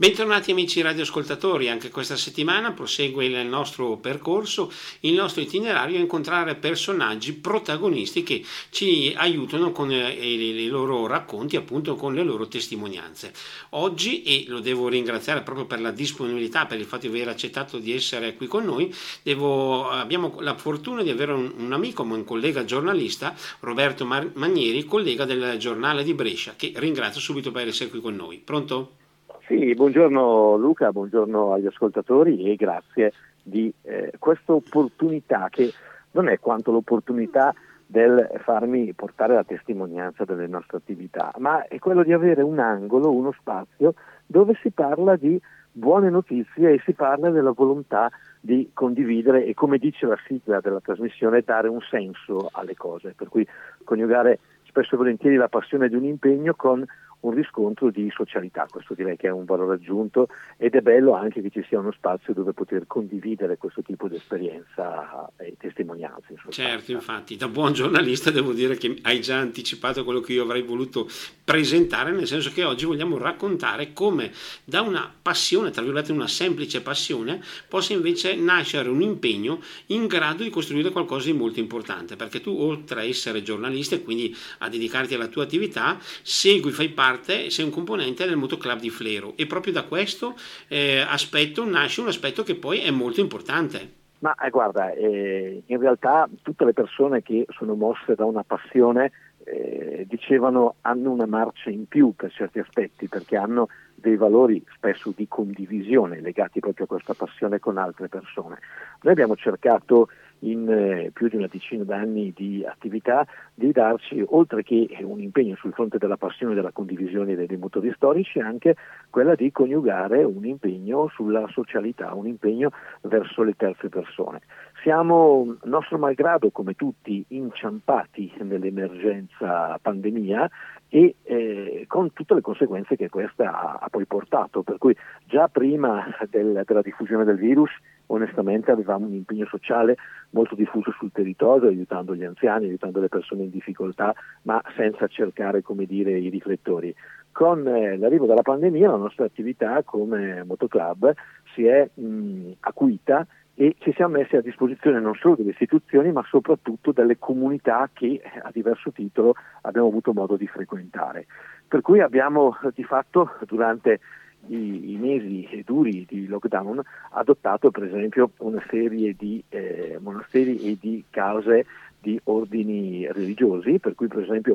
Bentornati amici radioascoltatori, anche questa settimana prosegue il nostro percorso, il nostro itinerario a incontrare personaggi protagonisti che ci aiutano con i loro racconti, appunto con le loro testimonianze. Oggi, e lo devo ringraziare proprio per la disponibilità, per il fatto di aver accettato di essere qui con noi, abbiamo la fortuna di avere un amico, un collega giornalista, Roberto Manieri, collega del giornale di Brescia, che ringrazio subito per essere qui con noi. Pronto? Sì, buongiorno Luca, buongiorno agli ascoltatori e grazie di questa opportunità che non è quanto l'opportunità del farmi portare la testimonianza delle nostre attività, ma è quello di avere un angolo, uno spazio dove si parla di buone notizie e si parla della volontà di condividere e, come dice la sigla della trasmissione, dare un senso alle cose, per cui coniugare spesso e volentieri la passione di un impegno con un riscontro di socialità. Questo direi che è un valore aggiunto ed è bello anche che ci sia uno spazio dove poter condividere questo tipo di esperienza e testimonianze. Certo, infatti, da buon giornalista devo dire che hai già anticipato quello che io avrei voluto presentare, nel senso che oggi vogliamo raccontare come da una passione, tra virgolette una semplice passione, possa invece nascere un impegno in grado di costruire qualcosa di molto importante, perché tu, oltre a essere giornalista e quindi a dedicarti alla tua attività, fai parte, sei un componente del Motoclub di Flero, e proprio da questo aspetto nasce un aspetto che poi è molto importante. Ma guarda, in realtà tutte le persone che sono mosse da una passione dicevano hanno una marcia in più per certi aspetti, perché hanno dei valori spesso di condivisione legati proprio a questa passione con altre persone. Noi abbiamo cercato in più di una decina d'anni di attività di darci, oltre che un impegno sul fronte della passione e della condivisione dei motori storici, anche quella di coniugare un impegno sulla socialità, un impegno verso le terze persone. Siamo, nostro malgrado, come tutti, inciampati nell'emergenza pandemia e con tutte le conseguenze che questa ha poi portato, per cui già prima della diffusione del virus onestamente avevamo un impegno sociale molto diffuso sul territorio, aiutando gli anziani, aiutando le persone in difficoltà, ma senza cercare, come dire, i riflettori. Con l'arrivo della pandemia la nostra attività come motoclub si è acuita e ci siamo messi a disposizione non solo delle istituzioni ma soprattutto delle comunità che a diverso titolo abbiamo avuto modo di frequentare. Per cui abbiamo di fatto durante i mesi duri di lockdown adottato per esempio una serie di monasteri e di case di ordini religiosi, per cui per esempio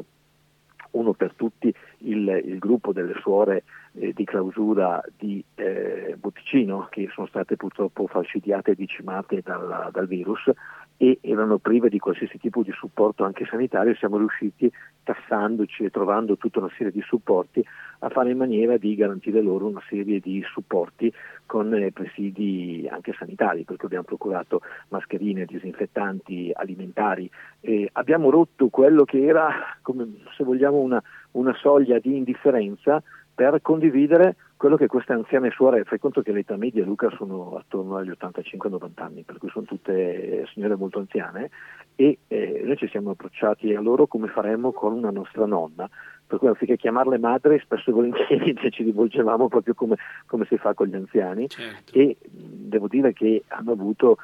uno per tutti il gruppo delle suore di clausura di Botticino, che sono state purtroppo falcidiate e decimate dal virus e erano prive di qualsiasi tipo di supporto anche sanitario. Siamo riusciti, tassandoci e trovando tutta una serie di supporti, a fare in maniera di garantire loro una serie di supporti con presidi anche sanitari, perché abbiamo procurato mascherine, disinfettanti, alimentari. Abbiamo rotto quello che era, come se vogliamo, una soglia di indifferenza per condividere quello che queste anziane suore, fai conto che l'età media, Luca, sono attorno agli 85-90 anni, per cui sono tutte signore molto anziane, e noi ci siamo approcciati a loro come faremmo con una nostra nonna, per cui anziché chiamarle madre spesso e volentieri ci rivolgevamo proprio come si fa con gli anziani. Certo. E devo dire che hanno avuto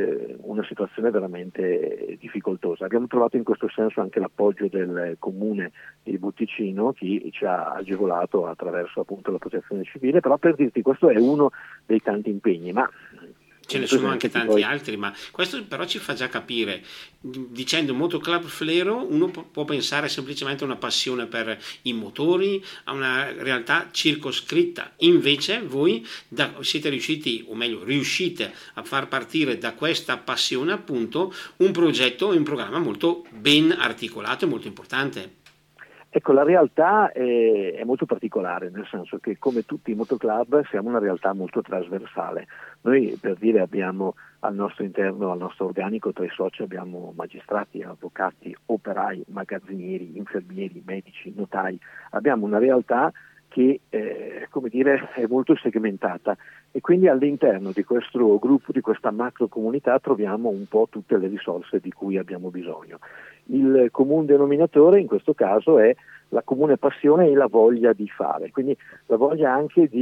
una situazione veramente difficoltosa. Abbiamo trovato in questo senso anche l'appoggio del comune di Butticino, che ci ha agevolato attraverso appunto la protezione civile, però per dirti questo è uno dei tanti impegni, ma ce ne sono anche tanti altri, ma questo però ci fa già capire, dicendo Motoclub Flero uno può pensare semplicemente a una passione per i motori, a una realtà circoscritta, invece voi siete riusciti, o meglio riuscite a far partire da questa passione appunto un progetto e un programma molto ben articolato e molto importante. Ecco, la realtà è molto particolare, nel senso che come tutti i motoclub siamo una realtà molto trasversale. Noi, per dire, abbiamo al nostro interno, al nostro organico, tra i soci abbiamo magistrati, avvocati, operai, magazzinieri, infermieri, medici, notai. Abbiamo una realtà che come dire, è molto segmentata e quindi all'interno di questo gruppo, di questa macro comunità, troviamo un po' tutte le risorse di cui abbiamo bisogno. Il comune denominatore in questo caso è la comune passione e la voglia di fare, quindi la voglia anche di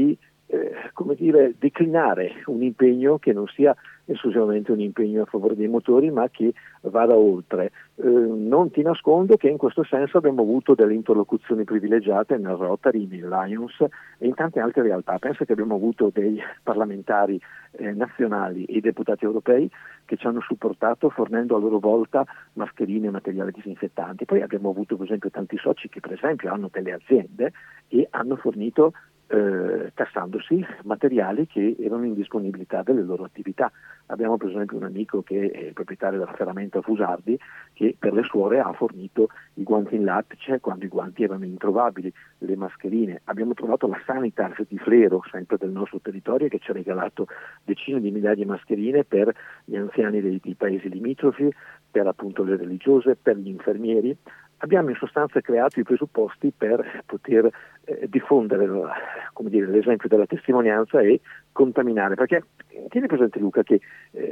come dire, declinare un impegno che non sia esclusivamente un impegno a favore dei motori, ma che vada oltre. Non ti nascondo che in questo senso abbiamo avuto delle interlocuzioni privilegiate nel Rotary, nel Lions e in tante altre realtà. Penso che abbiamo avuto dei parlamentari nazionali e deputati europei che ci hanno supportato fornendo a loro volta mascherine e materiali disinfettanti. Poi abbiamo avuto per esempio tanti soci che per esempio hanno delle aziende e hanno fornito tassandosi materiali che erano in disponibilità delle loro attività. Abbiamo per esempio un amico che è proprietario della ferramenta Fusardi che per le suore ha fornito i guanti in lattice quando i guanti erano introvabili, le mascherine. Abbiamo trovato la Sanitas di Flero, sempre del nostro territorio, che ci ha regalato decine di migliaia di mascherine per gli anziani dei paesi limitrofi, per appunto le religiose, per gli infermieri. Abbiamo in sostanza creato i presupposti per poter diffondere come dire, l'esempio della testimonianza e contaminare, perché tieni presente Luca che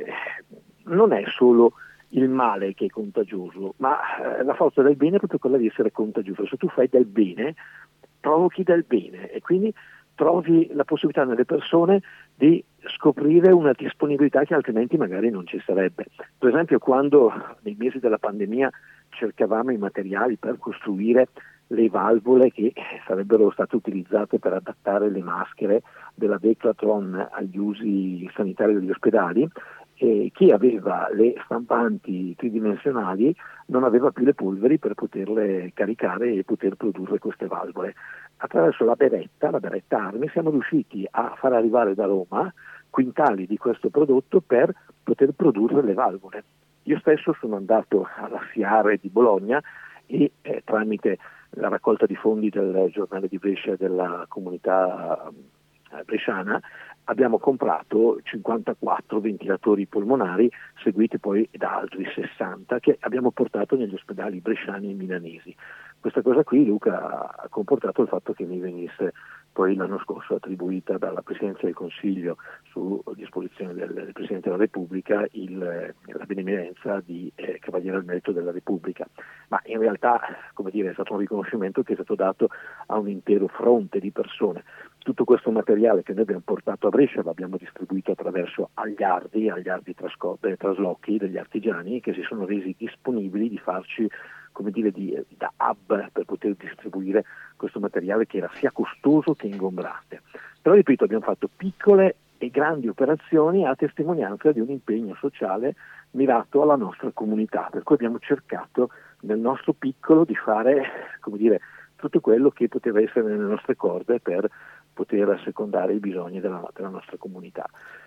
non è solo il male che è contagioso, ma la forza del bene è proprio quella di essere contagioso. Se tu fai del bene, provochi del bene e quindi trovi la possibilità nelle persone di scoprire una disponibilità che altrimenti magari non ci sarebbe. Per esempio quando nei mesi della pandemia cercavamo i materiali per costruire le valvole che sarebbero state utilizzate per adattare le maschere della Decathlon agli usi sanitari degli ospedali, chi aveva le stampanti tridimensionali non aveva più le polveri per poterle caricare e poter produrre queste valvole. Attraverso la beretta Armi, siamo riusciti a far arrivare da Roma quintali di questo prodotto per poter produrre le valvole. Io stesso sono andato alla FIARE di Bologna e tramite la raccolta di fondi del giornale di Brescia della comunità bresciana abbiamo comprato 54 ventilatori polmonari, seguiti poi da altri 60 che abbiamo portato negli ospedali bresciani e milanesi. Questa cosa qui, Luca, ha comportato il fatto che mi venisse poi l'anno scorso attribuita dalla Presidenza del Consiglio su disposizione del Presidente della Repubblica la benemerenza di Cavaliere al Merito della Repubblica. Ma in realtà, come dire, è stato un riconoscimento che è stato dato a un intero fronte di persone. Tutto questo materiale che noi abbiamo portato a Brescia l'abbiamo distribuito attraverso agli ardi traslochi degli artigiani che si sono resi disponibili di farci, come dire, da hub per poter distribuire questo materiale che era sia costoso che ingombrante. Però ripeto, abbiamo fatto piccole e grandi operazioni a testimonianza di un impegno sociale mirato alla nostra comunità, per cui abbiamo cercato nel nostro piccolo di fare, come dire, tutto quello che poteva essere nelle nostre corde per poter assecondare i bisogni della nostra comunità.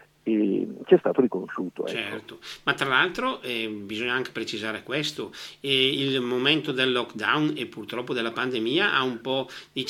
E ci è stato riconosciuto. Certo, ma tra l'altro bisogna anche precisare questo, il momento del lockdown e purtroppo della pandemia ha un po'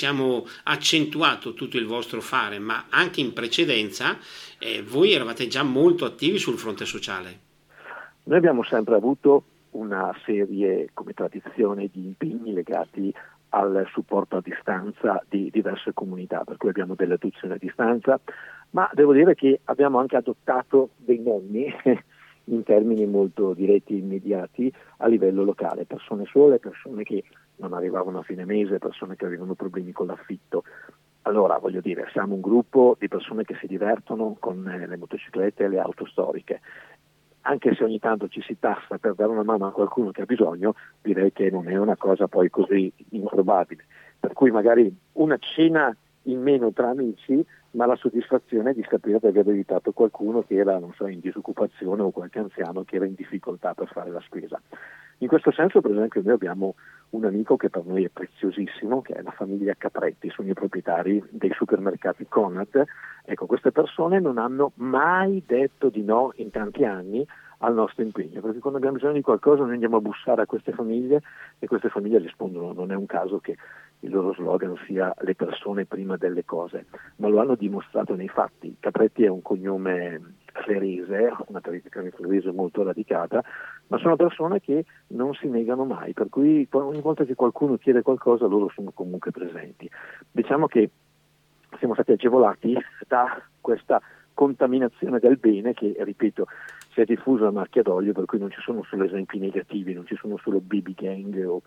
accentuato tutto il vostro fare, ma anche in precedenza voi eravate già molto attivi sul fronte sociale. Noi abbiamo sempre avuto una serie, come tradizione, di impegni legati al supporto a distanza di diverse comunità, per cui abbiamo delle adozioni a distanza, ma devo dire che abbiamo anche adottato dei nonni in termini molto diretti e immediati a livello locale, persone sole, persone che non arrivavano a fine mese, persone che avevano problemi con l'affitto. Allora, voglio dire, siamo un gruppo di persone che si divertono con le motociclette e le auto storiche. Anche se ogni tanto ci si tassa per dare una mano a qualcuno che ha bisogno, direi che non è una cosa poi così improbabile. Per cui magari una cena in meno tra amici, ma la soddisfazione di sapere di aver aiutato qualcuno che era, non so, in disoccupazione o qualche anziano che era in difficoltà per fare la spesa. In questo senso, per esempio, noi abbiamo un amico che per noi è preziosissimo, che è la famiglia Capretti, sono i proprietari dei supermercati Conad. Ecco, queste persone non hanno mai detto di no in tanti anni al nostro impegno, perché quando abbiamo bisogno di qualcosa noi andiamo a bussare a queste famiglie e queste famiglie rispondono. Non è un caso che il loro slogan sia le persone prima delle cose, ma lo hanno dimostrato nei fatti. Capretti è un cognome ferese, una tradizione ferese molto radicata, ma sono persone che non si negano mai, per cui ogni volta che qualcuno chiede qualcosa loro sono comunque presenti. Diciamo che siamo stati agevolati da questa contaminazione del bene che, ripeto, si è diffusa a macchia d'olio, per cui non ci sono solo esempi negativi, non ci sono solo baby gang o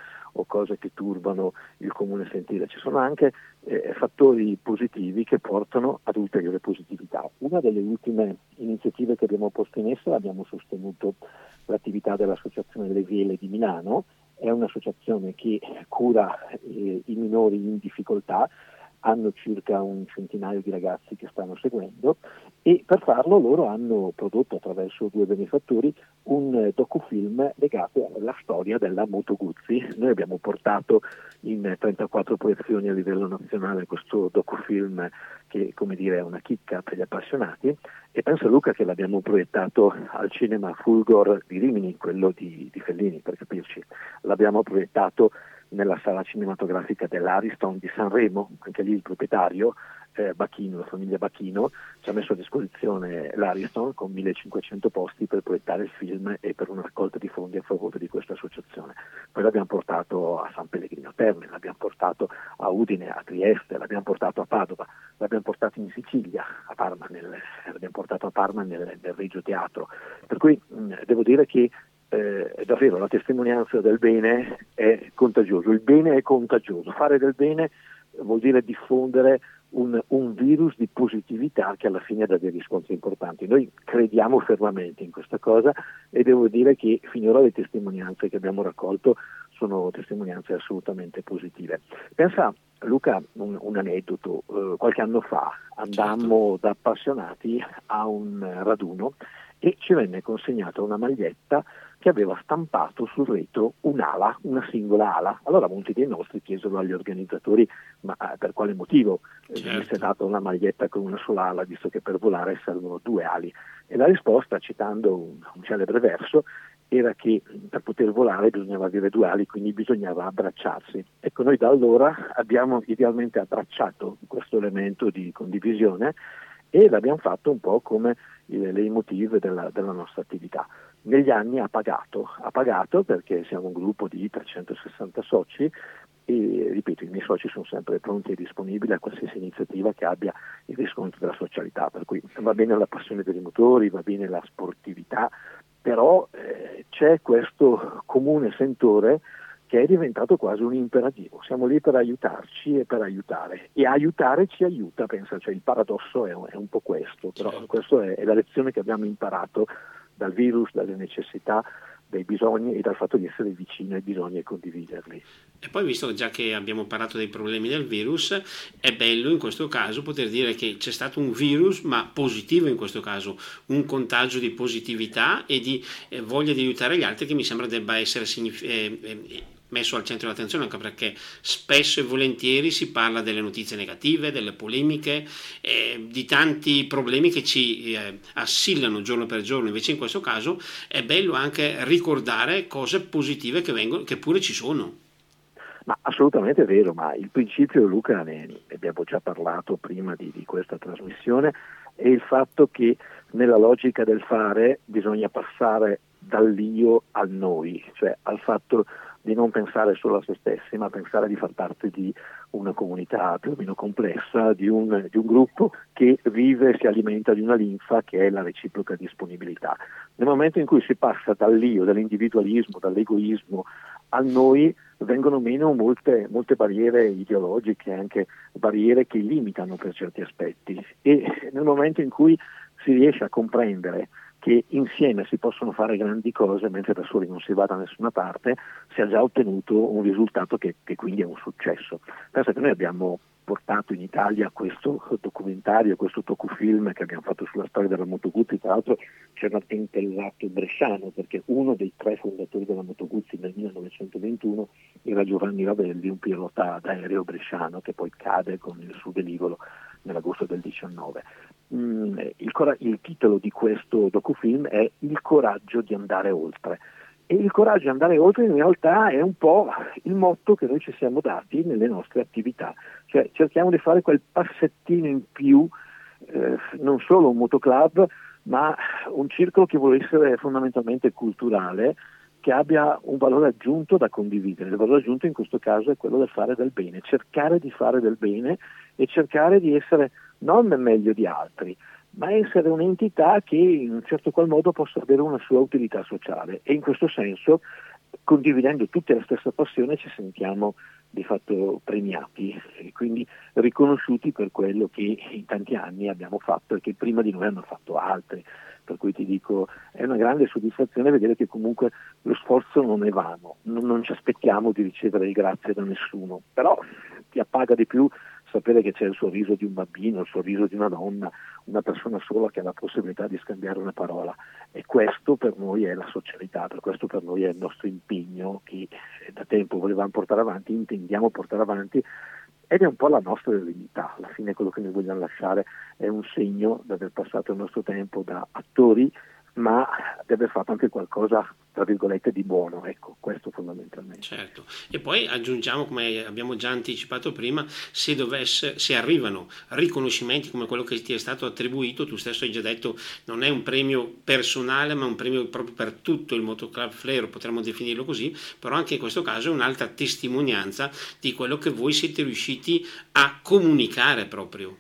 cose che turbano il comune sentire, ci sono anche fattori positivi che portano ad ulteriore positività. Una delle ultime iniziative che abbiamo posto in essere, abbiamo sostenuto l'attività dell'Associazione delle Vele di Milano, è un'associazione che cura i minori in difficoltà, hanno circa un centinaio di ragazzi che stanno seguendo, e per farlo loro hanno prodotto attraverso 2 benefattori un docufilm legato alla storia della Moto Guzzi. Noi abbiamo portato in 34 proiezioni a livello nazionale questo docufilm che, come dire, è una chicca per gli appassionati, e penso, Luca, che l'abbiamo proiettato al cinema Fulgor di Rimini, quello di Fellini, per capirci. L'abbiamo proiettato nella sala cinematografica dell'Ariston di Sanremo, anche lì il proprietario Bacchino, la famiglia Bacchino, ci ha messo a disposizione l'Ariston con 1500 posti per proiettare il film e per una raccolta di fondi a favore di questa associazione. Poi l'abbiamo portato a San Pellegrino Terme, l'abbiamo portato a Udine, a Trieste, l'abbiamo portato a Padova, l'abbiamo portato in Sicilia, a Parma, l'abbiamo portato a Parma nel Regio Teatro. Per cui devo dire che davvero la testimonianza del bene è contagioso, il bene è contagioso, fare del bene vuol dire diffondere un virus di positività che alla fine dà dei riscontri importanti. Noi crediamo fermamente in questa cosa e devo dire che finora le testimonianze che abbiamo raccolto sono testimonianze assolutamente positive. Pensa, Luca, un aneddoto, qualche anno fa andammo da appassionati a un raduno e ci venne consegnata una maglietta che aveva stampato sul retro un'ala, una singola ala. Allora molti dei nostri chiesero agli organizzatori ma per quale motivo venisse data una maglietta con una sola ala, visto che per volare servono 2 ali. E la risposta, citando un celebre verso, era che per poter volare bisognava avere 2 ali, quindi bisognava abbracciarsi. Ecco, noi da allora abbiamo idealmente abbracciato questo elemento di condivisione e l'abbiamo fatto un po' come il leitmotiv della nostra attività. Negli anni ha pagato perché siamo un gruppo di 360 soci e, ripeto, i miei soci sono sempre pronti e disponibili a qualsiasi iniziativa che abbia il riscontro della socialità, per cui va bene la passione per i motori, va bene la sportività, però c'è questo comune sentore che è diventato quasi un imperativo. Siamo lì per aiutarci e per aiutare, e aiutare ci aiuta, pensa, cioè il paradosso è un po' questo, però questa è la lezione che abbiamo imparato dal virus, dalle necessità, dai bisogni e dal fatto di essere vicini ai bisogni e condividerli. E poi, visto già che abbiamo parlato dei problemi del virus, è bello in questo caso poter dire che c'è stato un virus, ma positivo in questo caso, un contagio di positività e di voglia di aiutare gli altri, che mi sembra debba essere messo al centro dell'attenzione, anche perché spesso e volentieri si parla delle notizie negative, delle polemiche, di tanti problemi che ci assillano giorno per giorno. Invece in questo caso è bello anche ricordare cose positive che pure ci sono. Ma assolutamente è vero, ma il principio, Luca, ne abbiamo già parlato prima di questa trasmissione, è il fatto che nella logica del fare bisogna passare dall'io al noi, cioè al fatto di non pensare solo a se stessi, ma pensare di far parte di una comunità più o meno complessa, di un gruppo che vive e si alimenta di una linfa che è la reciproca disponibilità. Nel momento in cui si passa dall'io, dall'individualismo, dall'egoismo al noi, vengono meno molte barriere ideologiche, anche barriere che limitano per certi aspetti, e nel momento in cui si riesce a comprendere che insieme si possono fare grandi cose mentre da soli non si va da nessuna parte, si è già ottenuto un risultato che quindi è un successo. Pensa che noi abbiamo portato in Italia questo documentario, questo docufilm che abbiamo fatto sulla storia della Moto Guzzi. Tra l'altro c'era anche il lato bresciano, perché uno dei 3 fondatori della Moto Guzzi nel 1921 era Giovanni Ravelli, un pilota d'aereo bresciano che poi cade con il suo velivolo nell'agosto del 19. Il titolo di questo docufilm è Il coraggio di andare oltre. E il coraggio di andare oltre in realtà è un po' il motto che noi ci siamo dati nelle nostre attività, cioè cerchiamo di fare quel passettino in più, non solo un motoclub, ma un circolo che vuole essere fondamentalmente culturale, che abbia un valore aggiunto da condividere. Il valore aggiunto in questo caso è quello del fare del bene, cercare di fare del bene e cercare di essere non meglio di altri, ma essere un'entità che in un certo qual modo possa avere una sua utilità sociale, e in questo senso, condividendo tutte la stessa passione, ci sentiamo di fatto premiati e quindi riconosciuti per quello che in tanti anni abbiamo fatto e che prima di noi hanno fatto altri. Per cui ti dico, è una grande soddisfazione vedere che comunque lo sforzo non è vano, non ci aspettiamo di ricevere il grazie da nessuno, però ti appaga di più sapere che c'è il sorriso di un bambino, il sorriso di una donna, una persona sola che ha la possibilità di scambiare una parola, e questo per noi è la socialità, per questo per noi è il nostro impegno che da tempo volevamo portare avanti, intendiamo portare avanti, ed è un po' la nostra eredità. Alla fine quello che noi vogliamo lasciare è un segno di aver passato il nostro tempo da attori, ma di aver fatto anche qualcosa, tra virgolette, di buono, ecco, questo fondamentalmente. Certo, e poi aggiungiamo, come abbiamo già anticipato prima, se arrivano riconoscimenti come quello che ti è stato attribuito, tu stesso hai già detto, non è un premio personale, ma un premio proprio per tutto il Motoclub Flair, potremmo definirlo così, però anche in questo caso è un'altra testimonianza di quello che voi siete riusciti a comunicare proprio.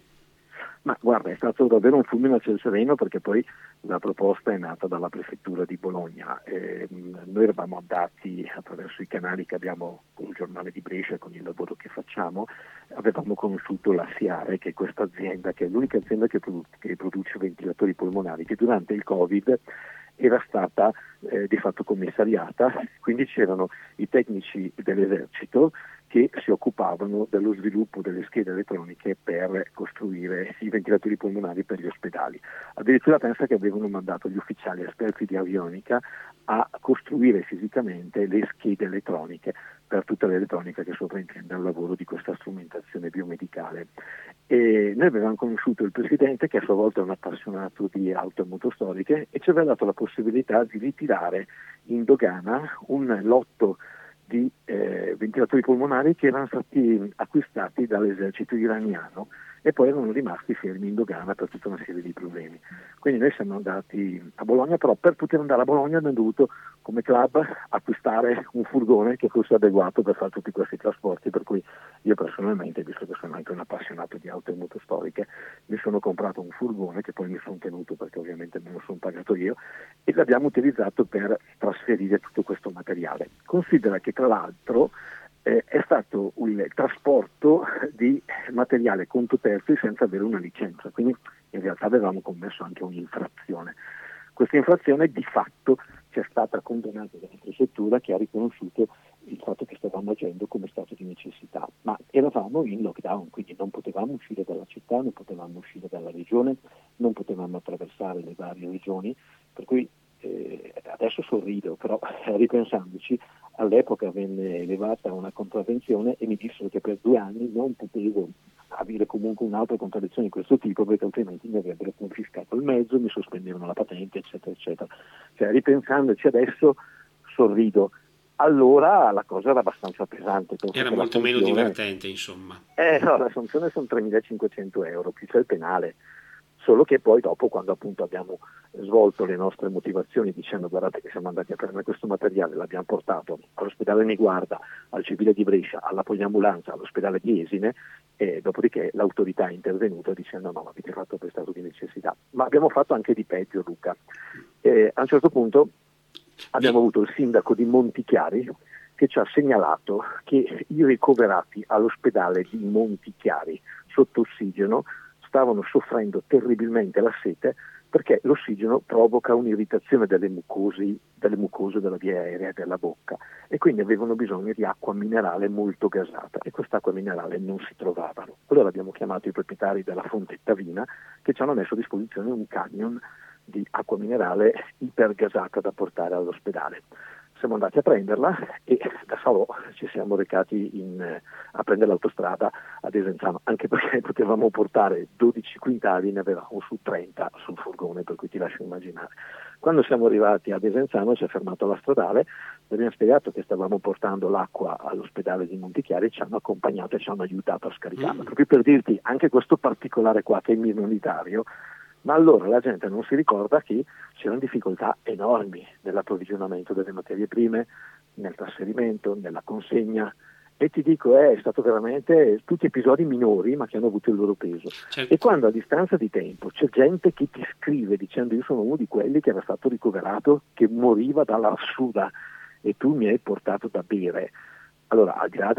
Ma guarda, è stato davvero un fulmine a ciel sereno, perché poi la proposta è nata dalla prefettura di Bologna. Noi eravamo andati attraverso i canali che abbiamo con il giornale di Brescia, con il lavoro che facciamo, avevamo conosciuto la SIARE, che è questa azienda, che è l'unica azienda che produce ventilatori polmonari, che durante il Covid era stata di fatto commissariata, quindi c'erano i tecnici dell'esercito che si occupavano dello sviluppo delle schede elettroniche per costruire i ventilatori polmonari per gli ospedali. Addirittura pensa che avevano mandato gli ufficiali esperti di avionica a costruire fisicamente le schede elettroniche per tutta l'elettronica che sovrintende al lavoro di questa strumentazione biomedicale. E noi avevamo conosciuto il presidente, che a sua volta è un appassionato di auto e moto storiche, e ci aveva dato la possibilità di ritirare in dogana un lotto di ventilatori polmonari che erano stati acquistati dall'esercito iraniano e poi erano rimasti fermi in dogana per tutta una serie di problemi. Quindi noi siamo andati a Bologna, però per poter andare a Bologna abbiamo dovuto come club acquistare un furgone che fosse adeguato per fare tutti questi trasporti, per cui io personalmente, visto che sono anche un appassionato di auto e moto storiche, mi sono comprato un furgone che poi mi sono tenuto perché ovviamente me lo sono pagato io, e l'abbiamo utilizzato per trasferire tutto questo materiale. Considera che tra l'altro è stato il trasporto di materiale conto terzi senza avere una licenza, quindi in realtà avevamo commesso anche un'infrazione. Questa infrazione di fatto ci è stata condonata dalla prefettura, che ha riconosciuto il fatto che stavamo agendo come stato di necessità, ma eravamo in lockdown, quindi non potevamo uscire dalla città, non potevamo uscire dalla regione, non potevamo attraversare le varie regioni, per cui adesso sorrido, però ripensandoci, all'epoca venne elevata una contravvenzione e mi dissero che per 2 anni non potevo avere comunque un'altra contraddizione di questo tipo, perché altrimenti mi avrebbero confiscato il mezzo, mi sospendevano la patente, eccetera, eccetera. Cioè, ripensandoci adesso sorrido. Allora la cosa era abbastanza pesante. Era molto meno divertente, insomma. No, la sanzione sono 3.500 euro, più c'è il penale. Solo che poi dopo, quando appunto abbiamo svolto le nostre motivazioni dicendo guardate che siamo andati a prendere questo materiale, l'abbiamo portato all'ospedale Niguarda, al civile di Brescia, alla poliambulanza, all'ospedale di Esine, e dopodiché l'autorità è intervenuta dicendo no, avete fatto per stato di necessità. Ma abbiamo fatto anche di peggio, Luca. A un certo punto abbiamo avuto il sindaco di Montichiari che ci ha segnalato che i ricoverati all'ospedale di Montichiari sotto ossigeno stavano soffrendo terribilmente la sete, perché l'ossigeno provoca un'irritazione delle mucose della via aerea e della bocca, e quindi avevano bisogno di acqua minerale molto gasata, e quest'acqua minerale non si trovavano. Allora abbiamo chiamato i proprietari della Fontetta Vina, che ci hanno messo a disposizione un camion di acqua minerale ipergasata da portare all'ospedale. Siamo andati a prenderla e da Salò ci siamo recati a prendere l'autostrada a Desenzano, anche perché potevamo portare 12 quintali, ne avevamo su 30 sul furgone, per cui ti lascio immaginare. Quando siamo arrivati a Desenzano ci ha fermato la stradale, abbiamo spiegato che stavamo portando l'acqua all'ospedale di Montichiari, ci hanno accompagnato e ci hanno aiutato a scaricarla, proprio per dirti anche questo particolare qua che è minoritario. Ma allora la gente non si ricorda che c'erano difficoltà enormi nell'approvvigionamento delle materie prime, nel trasferimento, nella consegna, E ti dico, è stato veramente tutti episodi minori ma che hanno avuto il loro peso. Certo. E quando a distanza di tempo c'è gente che ti scrive dicendo io sono uno di quelli che era stato ricoverato, che moriva dalla suda e tu mi hai portato da bere. Allora, al di là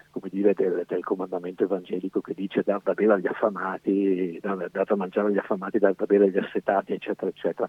del comandamento evangelico che dice dar da bere agli affamati, dar da mangiare agli affamati, dar da bere agli assetati, eccetera, eccetera,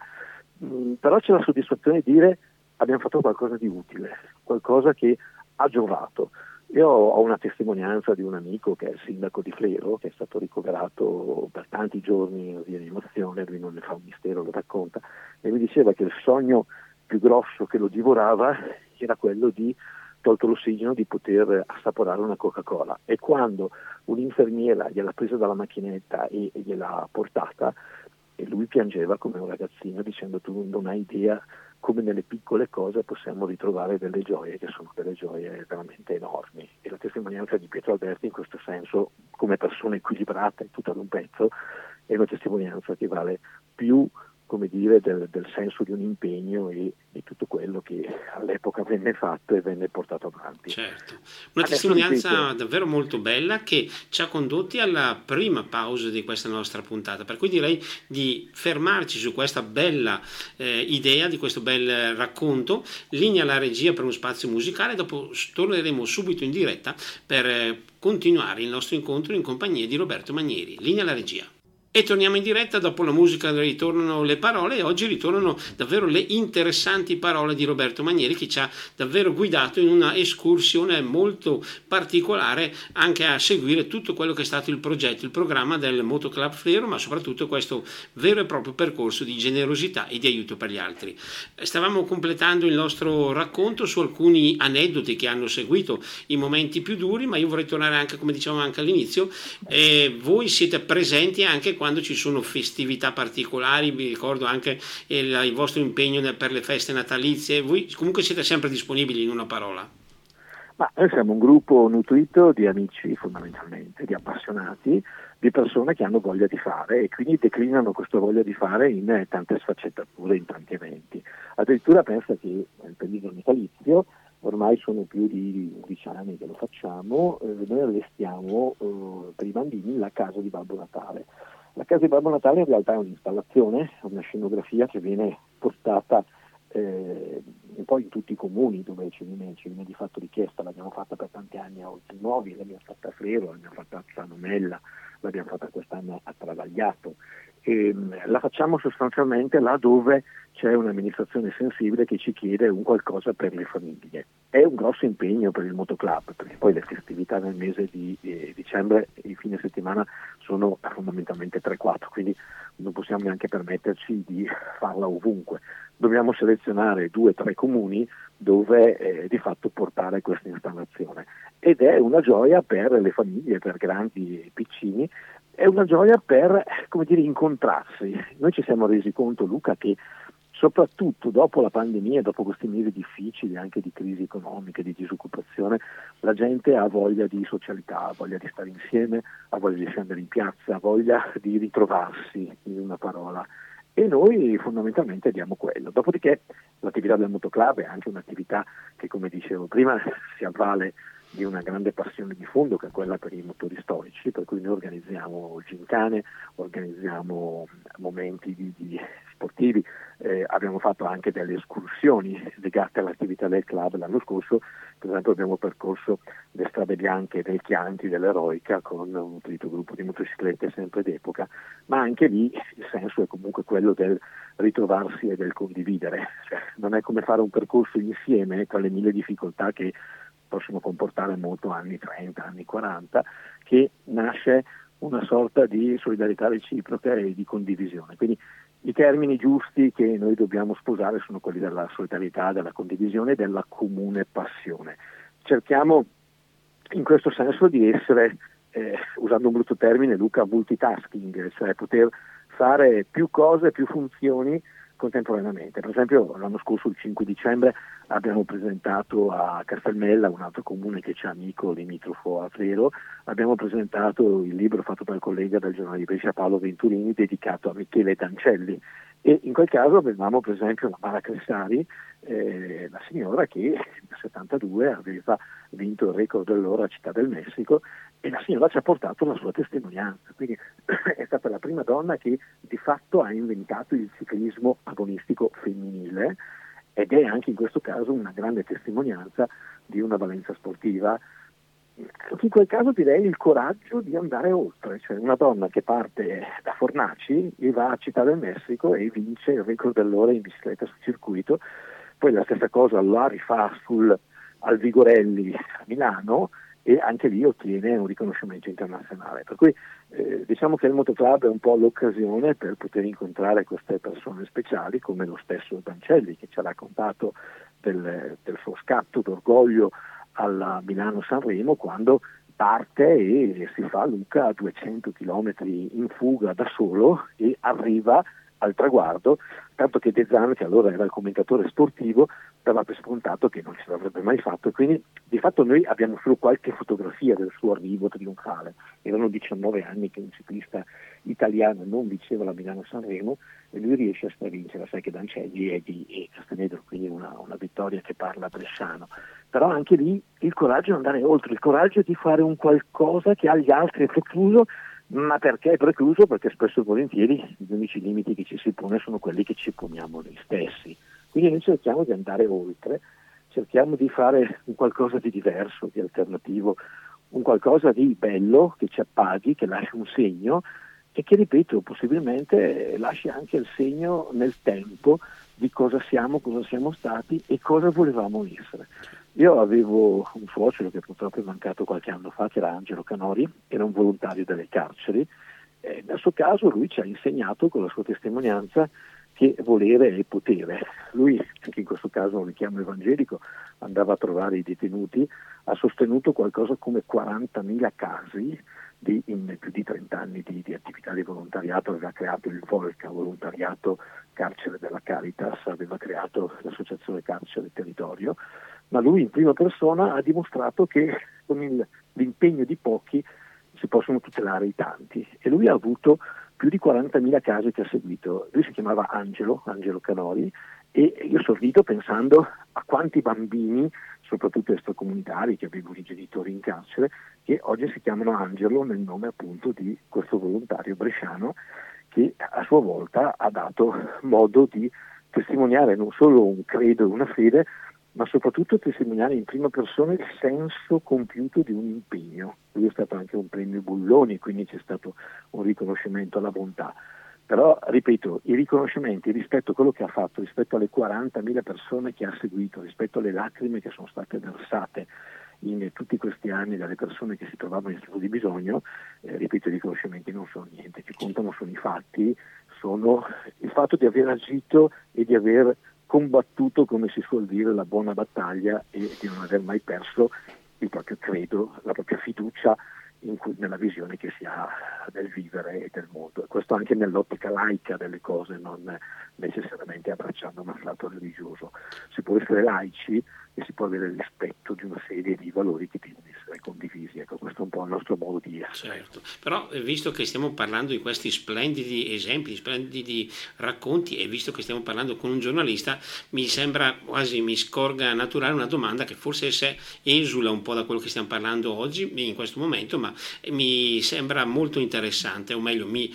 però c'è la soddisfazione di dire abbiamo fatto qualcosa di utile, qualcosa che ha giovato. Io ho una testimonianza di un amico che è il sindaco di Flero, che è stato ricoverato per tanti giorni in rianimazione, lui non ne fa un mistero, lo racconta, e mi diceva che il sogno più grosso che lo divorava era quello di, tolto l'ossigeno, di poter assaporare una Coca-Cola. E quando un'infermiera gliel'ha presa dalla macchinetta e gliel'ha portata, e lui piangeva come un ragazzino dicendo tu non hai idea come nelle piccole cose possiamo ritrovare delle gioie che sono delle gioie veramente enormi. E la testimonianza di Pietro Alberti in questo senso, come persona equilibrata e tutta ad un pezzo, è una testimonianza che vale più, come dire, del senso di un impegno e di tutto quello che all'epoca venne fatto e venne portato avanti. Certo, una Adesso testimonianza ripeto, davvero molto bella che ci ha condotti alla prima pausa di questa nostra puntata, per cui direi di fermarci su questa bella idea, di questo bel racconto, linea alla regia per uno spazio musicale, dopo torneremo subito in diretta per continuare il nostro incontro in compagnia di Roberto Manieri. Linea alla regia. E torniamo in diretta, dopo la musica ritornano le parole e oggi ritornano davvero le interessanti parole di Roberto Manieri che ci ha davvero guidato in una escursione molto particolare anche a seguire tutto quello che è stato il progetto, il programma del Moto Club Flero, ma soprattutto questo vero e proprio percorso di generosità e di aiuto per gli altri. Stavamo completando il nostro racconto su alcuni aneddoti che hanno seguito i momenti più duri, ma io vorrei tornare anche, come dicevamo anche all'inizio, voi siete presenti anche quando ci sono festività particolari, vi ricordo anche il vostro impegno per le feste natalizie, voi comunque siete sempre disponibili, in una parola. Ma noi siamo un gruppo nutrito di amici fondamentalmente, di appassionati, di persone che hanno voglia di fare e quindi declinano questa voglia di fare in tante sfaccettature, in tanti eventi. Addirittura pensa che nel periodo natalizio, ormai sono più di 11 anni che lo facciamo, noi allestiamo per i bambini la casa di Babbo Natale. La casa di Babbo Natale in realtà è un'installazione, una scenografia che viene portata poi in tutti i comuni dove ci viene di fatto richiesta. L'abbiamo fatta per tanti anni a Oltinuovi, l'abbiamo fatta a Flero, l'abbiamo fatta a Zanomella, l'abbiamo fatta quest'anno a Travagliato. La facciamo sostanzialmente là dove c'è un'amministrazione sensibile che ci chiede un qualcosa per le famiglie. È un grosso impegno per il motoclub, perché poi le festività nel mese di dicembre e i fine settimana sono fondamentalmente 3-4, quindi non possiamo neanche permetterci di farla ovunque. Dobbiamo selezionare 2-3 comuni dove di fatto portare questa installazione. Ed è una gioia per le famiglie, per grandi e piccini, è una gioia per, come dire, incontrarsi. Noi ci siamo resi conto, Luca, che soprattutto dopo la pandemia, dopo questi mesi difficili, anche di crisi economica, di disoccupazione, la gente ha voglia di socialità, ha voglia di stare insieme, ha voglia di scendere in piazza, ha voglia di ritrovarsi, in una parola. E noi fondamentalmente diamo quello. Dopodiché l'attività del motoclub è anche un'attività che, come dicevo prima, si avvale di una grande passione di fondo, che è quella per i motori storici, per cui noi organizziamo gincane, organizziamo momenti di sportivi, abbiamo fatto anche delle escursioni legate all'attività del club l'anno scorso. Per esempio abbiamo percorso le strade bianche del Chianti, dell'Eroica, con un nutrito gruppo di motociclette sempre d'epoca, ma anche lì il senso è comunque quello del ritrovarsi e del condividere, cioè, non è come fare un percorso insieme tra le mille difficoltà che possono comportare molto anni 30, anni 40, che nasce una sorta di solidarietà reciproca e di condivisione. Quindi i termini giusti che noi dobbiamo sposare sono quelli della solidarietà, della condivisione e della comune passione. Cerchiamo in questo senso di essere, usando un brutto termine, Luca, multitasking, cioè poter fare più cose, più funzioni contemporaneamente. Per esempio l'anno scorso, il 5 dicembre, abbiamo presentato a Castelmella, un altro comune che c'è amico limitrofo a Flero, abbiamo presentato il libro fatto dal collega del giornale di Brescia Paolo Venturini dedicato a Michele Dancelli, E in quel caso avevamo per esempio la Mara Cressari, la signora che nel 72 aveva vinto il record dell'ora a Città del Messico, e la signora ci ha portato la sua testimonianza, quindi è stata la prima donna che di fatto ha inventato il ciclismo agonistico femminile, ed è anche in questo caso una grande testimonianza di una valenza sportiva. Anche in quel caso direi il coraggio di andare oltre, cioè una donna che parte da Fornaci e va a Città del Messico e vince il record dell'ora in bicicletta sul circuito, poi la stessa cosa la rifà al Vigorelli a Milano e anche lì ottiene un riconoscimento internazionale. Per cui diciamo che il motoclub è un po' l'occasione per poter incontrare queste persone speciali, come lo stesso Dancelli che ci ha raccontato del suo scatto d'orgoglio alla Milano-Sanremo, quando parte e si fa Luca a 200 km in fuga da solo e arriva al traguardo, tanto che De Zan, che allora era il commentatore sportivo, dava per scontato che non ce l'avrebbe mai fatto, e quindi di fatto noi abbiamo solo qualche fotografia del suo arrivo trionfale. Erano 19 anni che un ciclista italiano non vinceva la Milano-Sanremo e lui riesce a stravincere. Sai che Dancelli è di Castanedro, quindi una vittoria che parla bresciano. Però anche lì il coraggio di andare oltre, il coraggio di fare un qualcosa che agli altri è precluso. Ma perché è precluso? Perché spesso e volentieri gli unici limiti che ci si pone sono quelli che ci poniamo noi stessi. Quindi noi cerchiamo di andare oltre, cerchiamo di fare un qualcosa di diverso, di alternativo, un qualcosa di bello che ci appaghi, che lasci un segno e che, ripeto, possibilmente lasci anche il segno nel tempo di cosa siamo stati e cosa volevamo essere. Io avevo un suocero che purtroppo è mancato qualche anno fa, che era Angelo Canori, era un volontario delle carceri. Nel suo caso lui ci ha insegnato con la sua testimonianza che volere è potere. Lui, anche in questo caso un richiamo evangelico, andava a trovare i detenuti, ha sostenuto qualcosa come 40.000 casi in più di 30 anni di attività di volontariato. Aveva creato il Volca, volontariato carcere della Caritas, aveva creato l'associazione Carcere Territorio, ma lui in prima persona ha dimostrato che con l'impegno di pochi si possono tutelare i tanti, e lui ha avuto più di 40.000 casi che ha seguito. Lui si chiamava Angelo Canori, e io sorrido pensando a quanti bambini, soprattutto extracomunitari che avevano i genitori in carcere, che oggi si chiamano Angelo nel nome appunto di questo volontario bresciano che a sua volta ha dato modo di testimoniare non solo un credo e una fede, ma soprattutto testimoniare in prima persona il senso compiuto di un impegno. Lui è stato anche un premio Bulloni, quindi c'è stato un riconoscimento alla bontà. Però, ripeto, i riconoscimenti rispetto a quello che ha fatto, rispetto alle 40.000 persone che ha seguito, rispetto alle lacrime che sono state versate in tutti questi anni dalle persone che si trovavano in stato di bisogno, ripeto, i riconoscimenti non sono niente, che contano sono i fatti, sono il fatto di aver agito e di aver combattuto, come si suol dire, la buona battaglia, e di non aver mai perso il proprio credo, la propria fiducia nella visione che si ha del vivere e del mondo. E questo anche nell'ottica laica delle cose, non necessariamente abbracciando un afflato religioso. Si può essere laici e si può avere il rispetto di una serie di valori che devono essere condivisi. Ecco, questo è un po' il nostro modo di essere. Certo, però visto che stiamo parlando di questi splendidi esempi, splendidi racconti, e visto che stiamo parlando con un giornalista, mi sembra quasi, mi scorga naturale una domanda che forse esula un po' da quello che stiamo parlando oggi, in questo momento, ma mi sembra molto interessante, o meglio mi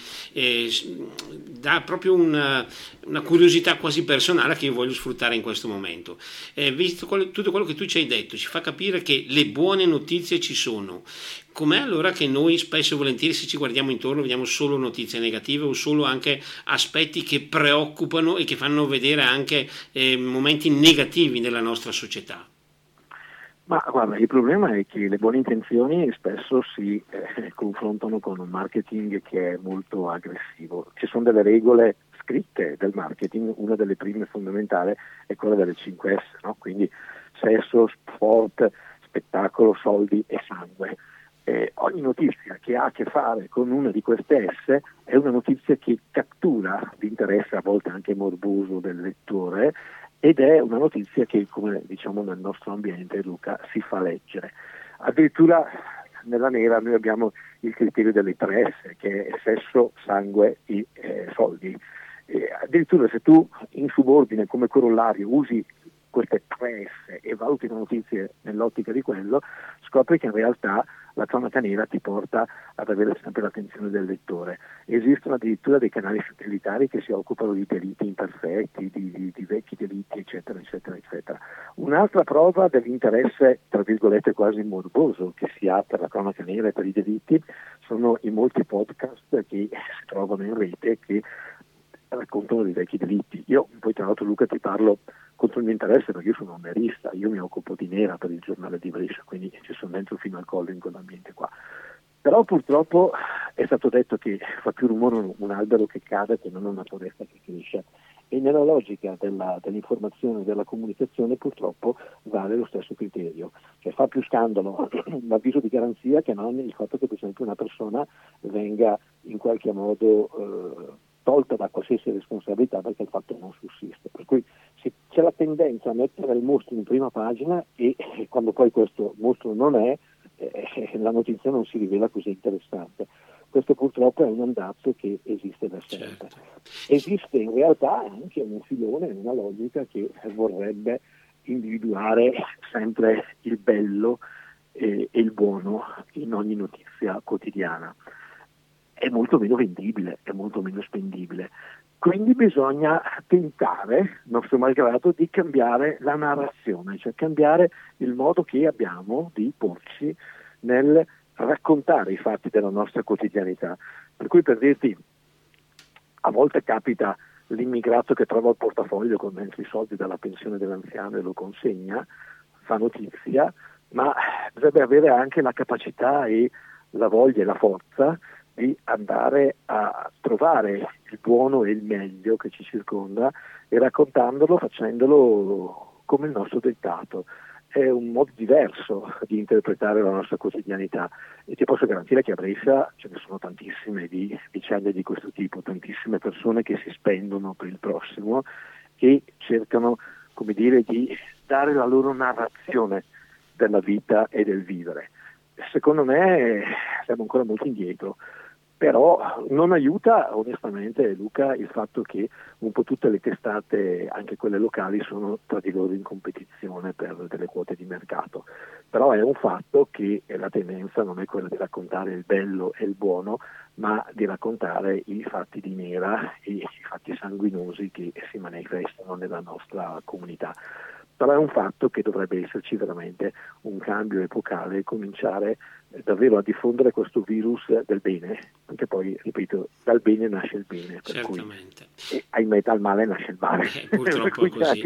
dà proprio una curiosità quasi personale che io voglio sfruttare in questo momento. Visto tutto quello che tu ci hai detto, ci fa capire che le buone notizie ci sono. Com'è allora che noi spesso e volentieri, se ci guardiamo intorno, vediamo solo notizie negative o solo anche aspetti che preoccupano e che fanno vedere anche momenti negativi nella nostra società? Ma guarda, il problema è che le buone intenzioni spesso si confrontano con un marketing che è molto aggressivo. Ci sono delle regole scritte del marketing, una delle prime fondamentali è quella delle 5S, no? Quindi sesso, sport, spettacolo, soldi e sangue. Ogni notizia che ha a che fare con una di queste S è una notizia che cattura l'interesse, a volte anche morboso, del lettore, ed è una notizia che, come diciamo nel nostro ambiente, Luca, si fa leggere. Addirittura nella nera noi abbiamo il criterio delle 3S, che è sesso, sangue e soldi. addirittura se tu in subordine come corollario usi queste 3S e valuti le notizie nell'ottica di quello, scopri che in realtà la cronaca nera ti porta ad avere sempre l'attenzione del lettore. Esistono addirittura dei canali satellitari che si occupano di delitti imperfetti, di vecchi delitti, eccetera, eccetera, eccetera. Un'altra prova dell'interesse, tra virgolette, quasi morboso che si ha per la cronaca nera e per i delitti sono i molti podcast che si trovano in rete che raccontano dei vecchi delitti. Io poi tra l'altro, Luca, ti parlo contro il mio interesse perché io sono un nerista, io mi occupo di nera per il giornale di Brescia, quindi ci sono dentro fino al collo in quell'ambiente qua. Però purtroppo è stato detto che fa più rumore un albero che cade che non una foresta che cresce, e nella logica dell'informazione e della comunicazione purtroppo vale lo stesso criterio, che fa più scandalo l'avviso di garanzia che non il fatto che per esempio una persona venga in qualche modo tolta da qualsiasi responsabilità perché il fatto non sussiste. Per cui c'è la tendenza a mettere il mostro in prima pagina e quando poi questo mostro non è, la notizia non si rivela così interessante. Questo purtroppo è un andazzo che esiste da sempre. Certo. Esiste in realtà anche un filone, una logica che vorrebbe individuare sempre il bello e il buono in ogni notizia quotidiana. È molto meno vendibile, è molto meno spendibile. Quindi bisogna tentare, nostro malgrado, di cambiare la narrazione, cioè cambiare il modo che abbiamo di porci nel raccontare i fatti della nostra quotidianità. Per cui, per dirti, a volte capita l'immigrato che trova il portafoglio con dentro i soldi dalla pensione dell'anziano e lo consegna, fa notizia, ma dovrebbe avere anche la capacità e la voglia e la forza di andare a trovare il buono e il meglio che ci circonda e raccontandolo, facendolo come il nostro dettato. È un modo diverso di interpretare la nostra quotidianità e ti posso garantire che a Brescia ce ne sono tantissime di vicende di questo tipo, tantissime persone che si spendono per il prossimo e cercano, come dire, di dare la loro narrazione della vita e del vivere. Secondo me siamo ancora molto indietro, però non aiuta onestamente, Luca, il fatto che un po' tutte le testate, anche quelle locali, sono tra di loro in competizione per delle quote di mercato. Però è un fatto che la tendenza non è quella di raccontare il bello e il buono, ma di raccontare i fatti di nera e i fatti sanguinosi che si manifestano nella nostra comunità. Però è un fatto che dovrebbe esserci veramente un cambio epocale e cominciare davvero a diffondere questo virus del bene, anche poi, ripeto, dal bene nasce il bene, per Certamente. cui ahimè dal male nasce il male. Purtroppo è così.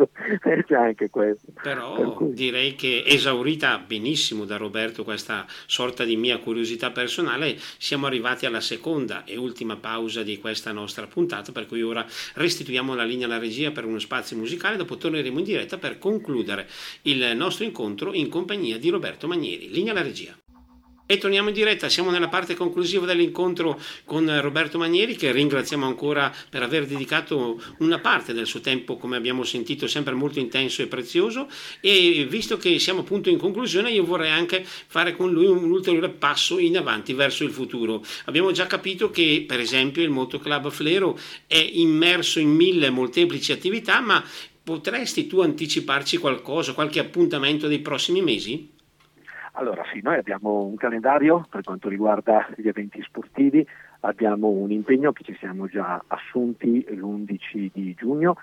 C'è anche questo. Però direi che esaurita benissimo da Roberto questa sorta di mia curiosità personale, siamo arrivati alla seconda e ultima pausa di questa nostra puntata, per cui ora restituiamo la linea alla regia per uno spazio musicale, dopo torneremo in diretta per concludere il nostro incontro in compagnia di Roberto Manieri. Linea alla regia. E torniamo in diretta, siamo nella parte conclusiva dell'incontro con Roberto Manieri, che ringraziamo ancora per aver dedicato una parte del suo tempo, come abbiamo sentito, sempre molto intenso e prezioso, e visto che siamo appunto in conclusione, io vorrei anche fare con lui un ulteriore passo in avanti verso il futuro. Abbiamo già capito che per esempio il Motoclub Flero è immerso in 1000 molteplici attività, ma potresti tu anticiparci qualcosa, qualche appuntamento dei prossimi mesi? Allora sì, noi abbiamo un calendario per quanto riguarda gli eventi sportivi, abbiamo un impegno che ci siamo già assunti l'11 di giugno,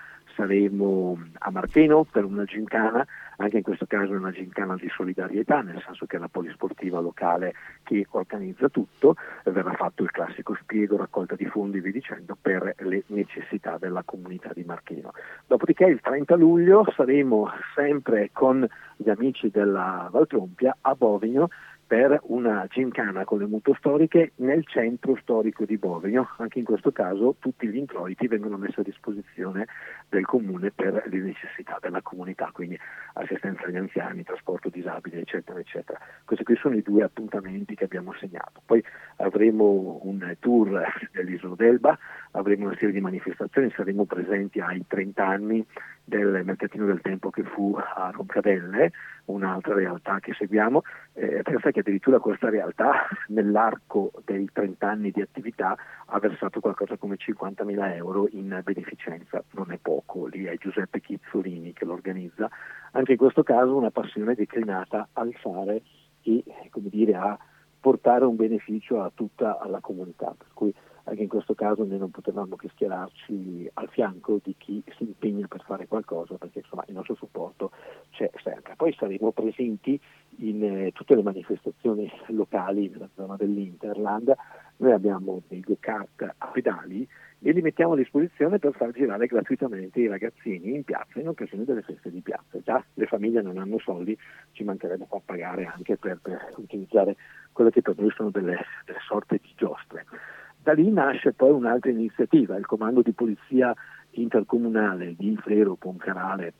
saremo a Marteno per una gincana, anche in questo caso è una gincana di solidarietà, nel senso che è la polisportiva locale che organizza tutto, verrà fatto il classico spiego, raccolta di fondi e via dicendo per le necessità della comunità di Marteno. Dopodiché il 30 luglio saremo sempre con gli amici della Valtrompia a Bovigno per una gincana con le moto storiche nel centro storico di Bovigno. Anche in questo caso tutti gli introiti vengono messi a disposizione del comune per le necessità della comunità, quindi assistenza agli anziani, trasporto disabile, eccetera, eccetera. Questi qui sono i 2 appuntamenti che abbiamo segnato. Poi avremo un tour dell'Isola d'Elba, avremo una serie di manifestazioni, saremo presenti ai 30 anni del Mercatino del Tempo che fu a Roncadelle, un'altra realtà che seguiamo. Pensa che che addirittura questa realtà nell'arco dei 30 anni di attività ha versato qualcosa come 50.000 euro in beneficenza, non è poco, lì è Giuseppe Chizzolini che lo organizza, anche in questo caso una passione declinata al fare e a portare un beneficio a tutta la comunità, per cui anche in questo caso noi non potevamo che schierarci al fianco di chi si impegna per fare qualcosa, perché insomma il nostro supporto c'è sempre. Poi saremo presenti in tutte le manifestazioni locali nella zona dell'Interland. Noi abbiamo dei go-kart a pedali e li mettiamo a disposizione per far girare gratuitamente i ragazzini in piazza in occasione delle feste di piazza. Già le famiglie non hanno soldi, ci mancherebbe qua pagare anche per utilizzare quelle che per noi sono delle sorte di giostre. Da lì nasce poi un'altra iniziativa, il comando di polizia intercomunale di Flero, Poncarale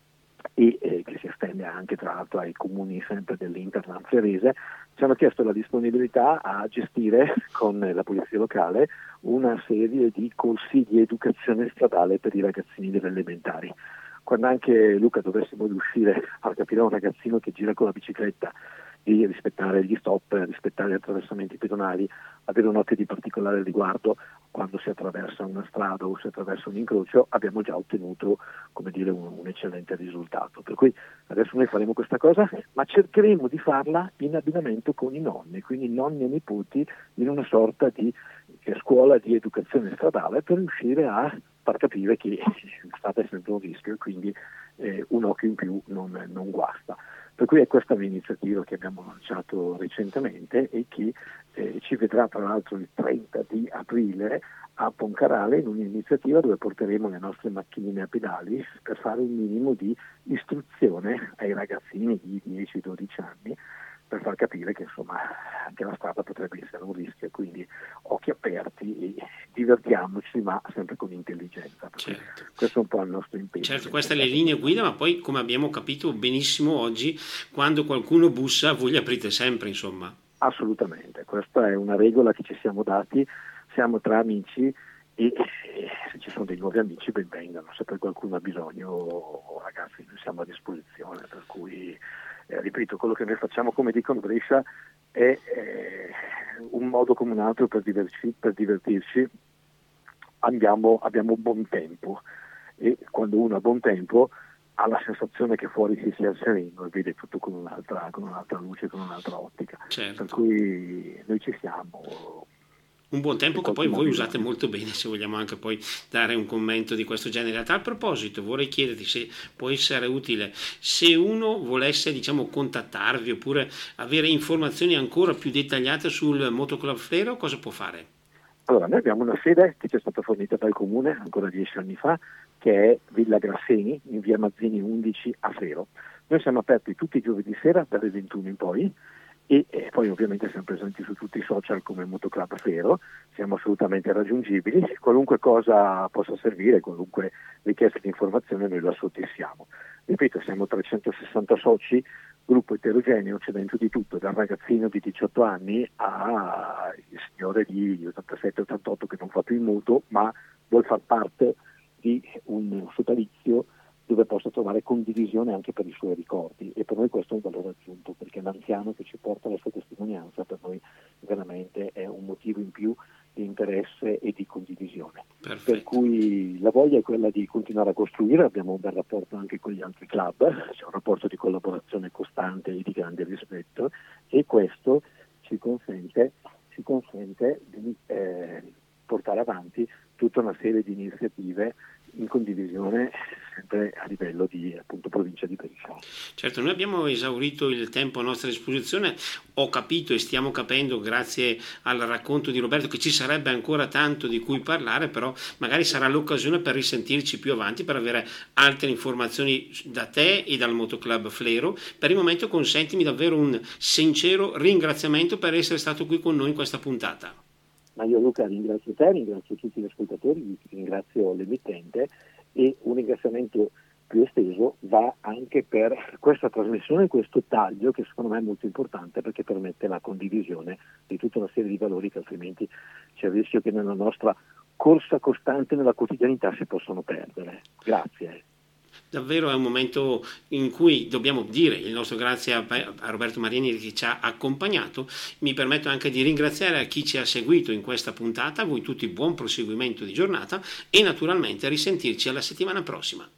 e che si estende anche tra l'altro ai comuni sempre dell'Interland ferese, ci hanno chiesto la disponibilità a gestire con la polizia locale una serie di corsi di educazione stradale per i ragazzini delle elementari. Quando anche Luca dovessimo riuscire a capire a un ragazzino che gira con la bicicletta di rispettare gli stop, rispettare gli attraversamenti pedonali, avere un occhio di particolare riguardo quando si attraversa una strada o si attraversa un incrocio, abbiamo già ottenuto un eccellente risultato. Per cui adesso noi faremo questa cosa, ma cercheremo di farla in abbinamento con i nonni, quindi nonni e nipoti in una sorta di scuola di educazione stradale per riuscire a far capire che la strada è sempre un rischio e quindi un occhio in più non guasta. Per cui è questa l'iniziativa che abbiamo lanciato recentemente e che ci vedrà tra l'altro il 30 di aprile a Poncarale in un'iniziativa dove porteremo le nostre macchinine a pedali per fare un minimo di istruzione ai ragazzini di 10-12 anni per far capire che insomma anche la strada potrebbe essere un rischio, quindi occhi aperti e divertiamoci ma sempre con intelligenza. Certo. Questo è un po' il nostro impegno. Certo, queste le linee guida, ma poi come abbiamo capito benissimo oggi, quando qualcuno bussa voi gli aprite sempre, insomma. Assolutamente, questa è una regola che ci siamo dati, siamo tra amici e se ci sono dei nuovi amici ben vengano, se poi qualcuno ha bisogno ragazzi noi siamo a disposizione, per cui ripeto, quello che noi facciamo come dicono Brescia è un modo come un altro per divertirci, abbiamo buon tempo e quando uno ha buon tempo ha la sensazione che fuori si sia sereno e vede tutto con un'altra luce, con un'altra ottica. Certo. Per cui noi ci siamo. Un buon tempo che poi voi usate molto bene, se vogliamo anche poi dare un commento di questo genere. A tal proposito vorrei chiederti se può essere utile, se uno volesse contattarvi oppure avere informazioni ancora più dettagliate sul Motoclub Flero, cosa può fare? Allora, noi abbiamo una sede che ci è stata fornita dal Comune ancora 10 anni fa, che è Villa Grasseni, in via Mazzini 11 a Flero. Noi siamo aperti tutti i giovedì sera dalle 21 in poi e poi ovviamente siamo presenti su tutti i social come Motoclub Flero, siamo assolutamente raggiungibili, qualunque cosa possa servire, qualunque richiesta di informazione noi la soddisfiamo. Ripeto, siamo 360 soci, gruppo eterogeneo, c'è dentro di tutto, dal ragazzino di 18 anni al signore di 87-88 che non fa più il mutuo, ma vuol far parte di un sodalizio dove possa trovare condivisione anche per i suoi ricordi e per noi questo è un valore aggiunto perché l'anziano che ci porta la sua testimonianza per noi veramente è un motivo in più di interesse e di condivisione. Perfetto. Per cui la voglia è quella di continuare a costruire, abbiamo un bel rapporto anche con gli altri club, c'è un rapporto di collaborazione costante e di grande rispetto e questo ci consente di portare avanti tutta una serie di iniziative in condivisione sempre a livello di appunto provincia di Brescia. Certo, noi abbiamo esaurito il tempo a nostra disposizione, ho capito e stiamo capendo grazie al racconto di Roberto che ci sarebbe ancora tanto di cui parlare, però magari sarà l'occasione per risentirci più avanti per avere altre informazioni da te e dal Motoclub Flero. Per il momento consentimi davvero un sincero ringraziamento per essere stato qui con noi in questa puntata. Ma io Luca ringrazio te, ringrazio tutti gli ascoltatori, ringrazio l'emittente e un ringraziamento più esteso va anche per questa trasmissione, questo taglio che secondo me è molto importante perché permette la condivisione di tutta una serie di valori che altrimenti c'è il rischio che nella nostra corsa costante nella quotidianità si possono perdere. Grazie. davvero è un momento in cui dobbiamo dire il nostro grazie a Roberto Marini che ci ha accompagnato. Mi permetto anche di ringraziare a chi ci ha seguito in questa puntata, a voi tutti buon proseguimento di giornata e naturalmente a risentirci alla settimana prossima.